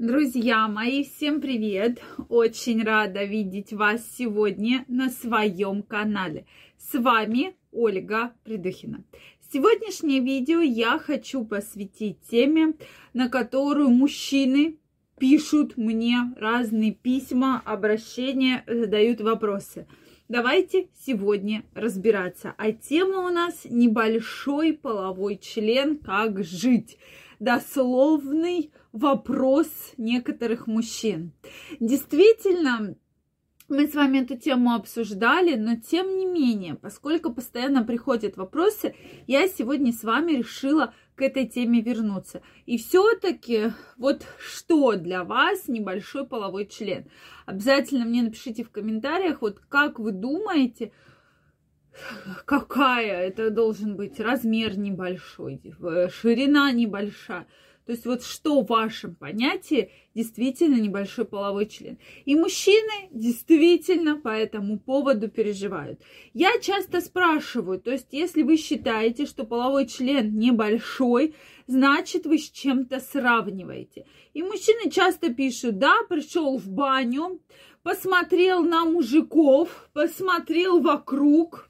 Друзья мои, всем привет! Очень рада видеть вас сегодня на своем канале. С вами Ольга Придухина. Сегодняшнее видео я хочу посвятить теме, на которую мужчины пишут мне разные письма, обращения, задают вопросы. Давайте сегодня разбираться. А тема у нас небольшой половой член, как жить. Дословный вопрос некоторых мужчин. Действительно, мы с вами эту тему обсуждали, но тем не менее, поскольку постоянно приходят вопросы, я сегодня с вами решила к этой теме вернуться. И все-таки, вот что для вас небольшой половой член? Обязательно мне напишите в комментариях, вот как вы думаете, какая это должен быть размер небольшой, ширина небольшая. То есть вот что в вашем понятии действительно небольшой половой член. И мужчины действительно по этому поводу переживают. Я часто спрашиваю, то есть если вы считаете, что половой член небольшой, значит вы с чем-то сравниваете. И мужчины часто пишут: да, пришел в баню, посмотрел на мужиков, посмотрел вокруг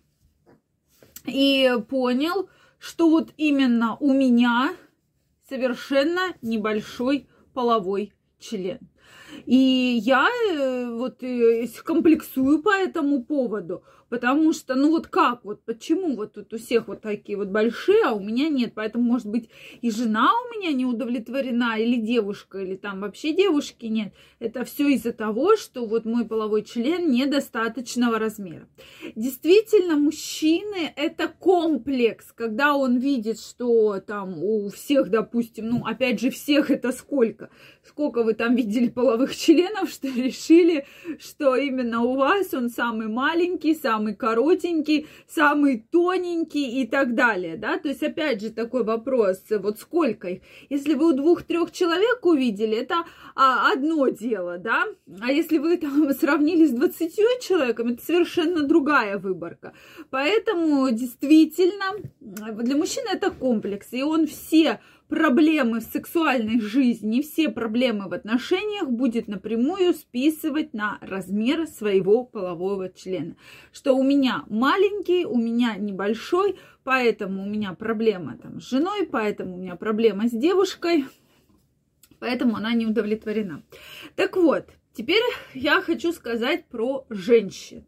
и понял, что вот именно у меня совершенно небольшой половой член. И я вот комплексую по этому поводу, потому что, ну вот как, вот почему вот тут у всех вот такие вот большие, а у меня нет. Поэтому, может быть, и жена у меня не удовлетворена, или девушка, или там вообще девушки нет. Это все из-за того, что вот мой половой член недостаточного размера. Действительно, мужчины — это комплекс, когда он видит, что там у всех, допустим, ну, опять же, всех это сколько? Сколько вы там видели половых членов, что решили, что именно у вас он самый маленький, самый коротенький, самый тоненький и так далее, да? То есть, опять же, такой вопрос, вот сколько их? Если вы у 2-3 человек увидели, это одно дело, да? А если вы там сравнили с 20 человеками, это совершенно другая выборка. Поэтому, действительно, для мужчины это комплекс, и он все проблемы в сексуальной жизни, все проблемы в отношениях будет напрямую списывать на размер своего полового члена. Что у меня маленький, у меня небольшой, поэтому у меня проблема там с женой, поэтому у меня проблема с девушкой, поэтому она не удовлетворена. Так вот, теперь я хочу сказать про женщин.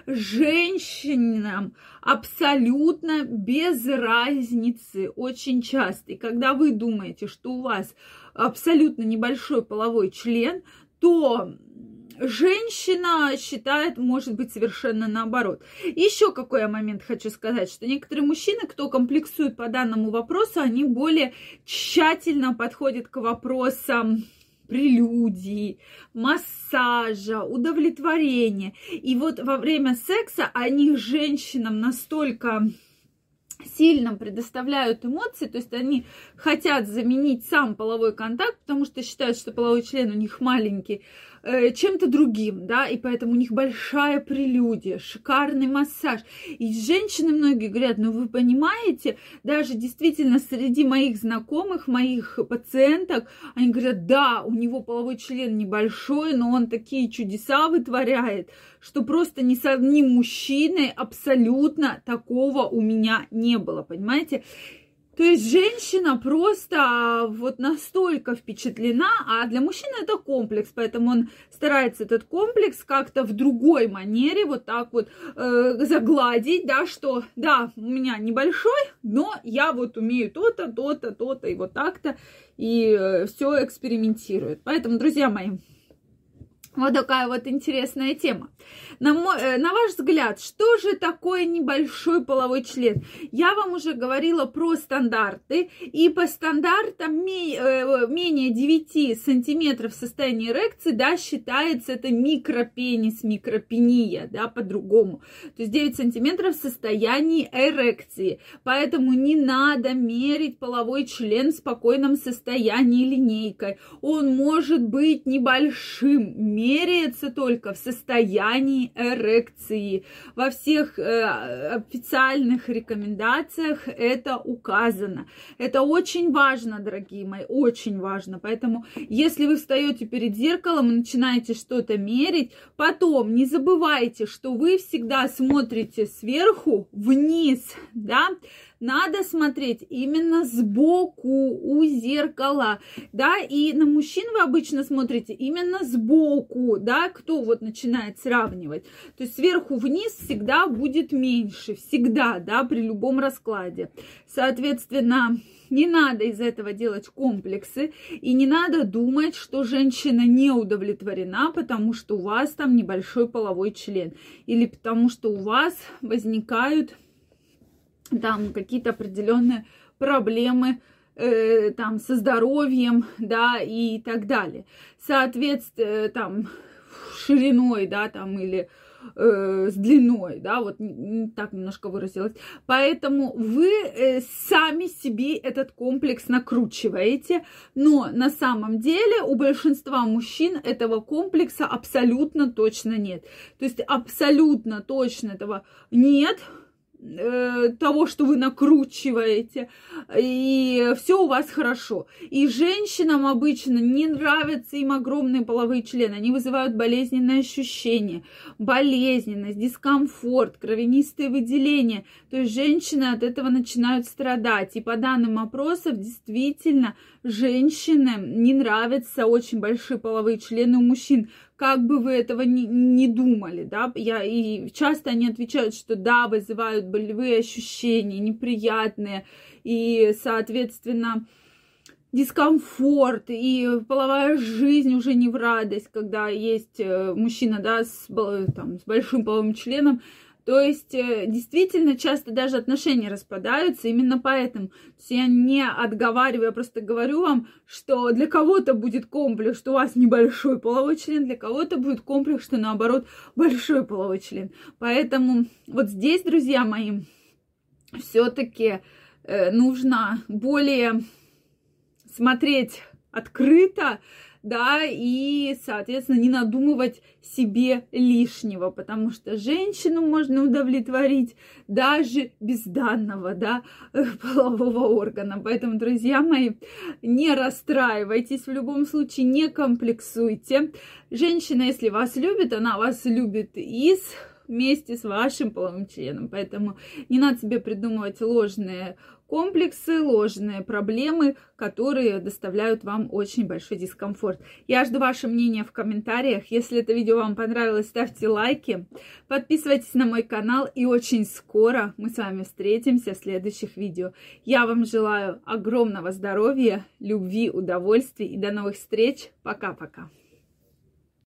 Женщинам абсолютно без разницы очень часто. И когда вы думаете, что у вас абсолютно небольшой половой член, то женщина считает, может быть, совершенно наоборот. Еще какой я момент хочу сказать, что некоторые мужчины, кто комплексует по данному вопросу, они более тщательно подходят к вопросам прелюдии, массажа, удовлетворения. И вот во время секса они женщинам настолько сильно предоставляют эмоции, то есть они хотят заменить сам половой контакт, потому что считают, что половой член у них маленький, чем-то другим, да, и поэтому у них большая прелюдия, шикарный массаж. И женщины многие говорят: ну вы понимаете, даже действительно среди моих знакомых, моих пациенток, они говорят: да, у него половой член небольшой, но он такие чудеса вытворяет, что просто ни с одним мужчиной абсолютно такого у меня не было, понимаете? То есть женщина просто вот настолько впечатлена, а для мужчины это комплекс, поэтому он старается этот комплекс как-то в другой манере вот так вот загладить, да, что да, у меня небольшой, но я вот умею то-то, то-то, то-то и вот так-то, и все экспериментирует. Поэтому, друзья мои, вот такая вот интересная тема. На ваш взгляд, что же такое небольшой половой член? Я вам уже говорила про стандарты. И по стандартам менее 9 сантиметров в состоянии эрекции, да, считается это микропенис, микропения, да, по-другому. То есть 9 сантиметров в состоянии эрекции. Поэтому не надо мерить половой член в спокойном состоянии линейкой. Он может быть небольшим, меряется только в состоянии эрекции. Во всех официальных рекомендациях это указано. Это очень важно, дорогие мои, очень важно. Поэтому, если вы встаете перед зеркалом и начинаете что-то мерить, потом не забывайте, что вы всегда смотрите сверху вниз, да, надо смотреть именно сбоку у зеркала, да, и на мужчин вы обычно смотрите именно сбоку, да, кто вот начинает сравнивать, то есть сверху вниз всегда будет меньше, всегда, да, при любом раскладе, соответственно, не надо из этого делать комплексы, и не надо думать, что женщина не удовлетворена, потому что у вас там небольшой половой член, или потому что у вас возникают там какие-то определенные проблемы там со здоровьем, да, и так далее. Соответственно, там шириной, да, там или с длиной, да, вот так немножко выразилась. Поэтому вы сами себе этот комплекс накручиваете, но на самом деле у большинства мужчин этого комплекса абсолютно точно нет. То есть абсолютно точно этого нет, того, что вы накручиваете, и все у вас хорошо. И женщинам обычно не нравятся им огромные половые члены, они вызывают болезненные ощущения, болезненность, дискомфорт, кровянистые выделения. То есть женщины от этого начинают страдать. И по данным опросов, действительно, женщинам не нравятся очень большие половые члены у мужчин. Как бы вы этого не думали, да, и часто они отвечают, что да, вызывают болевые ощущения, неприятные, и, соответственно, дискомфорт, и половая жизнь уже не в радость, когда есть мужчина, да, с большим половым членом. То есть, действительно, часто даже отношения распадаются именно поэтому. То есть я не отговариваю, я просто говорю вам, что для кого-то будет комплекс, что у вас небольшой половой член, для кого-то будет комплекс, что наоборот большой половой член. Поэтому вот здесь, друзья мои, все-таки нужно более смотреть открыто, да, и, соответственно, не надумывать себе лишнего, потому что женщину можно удовлетворить даже без данного, да, полового органа. Поэтому, друзья мои, не расстраивайтесь в любом случае, не комплексуйте. Женщина, если вас любит, она вас любит вместе с вашим половым членом. Поэтому не надо себе придумывать ложные комплексы, ложные проблемы, которые доставляют вам очень большой дискомфорт. Я жду ваше мнение в комментариях. Если это видео вам понравилось, ставьте лайки, подписывайтесь на мой канал, и очень скоро мы с вами встретимся в следующих видео. Я вам желаю огромного здоровья, любви, удовольствий и до новых встреч. Пока-пока.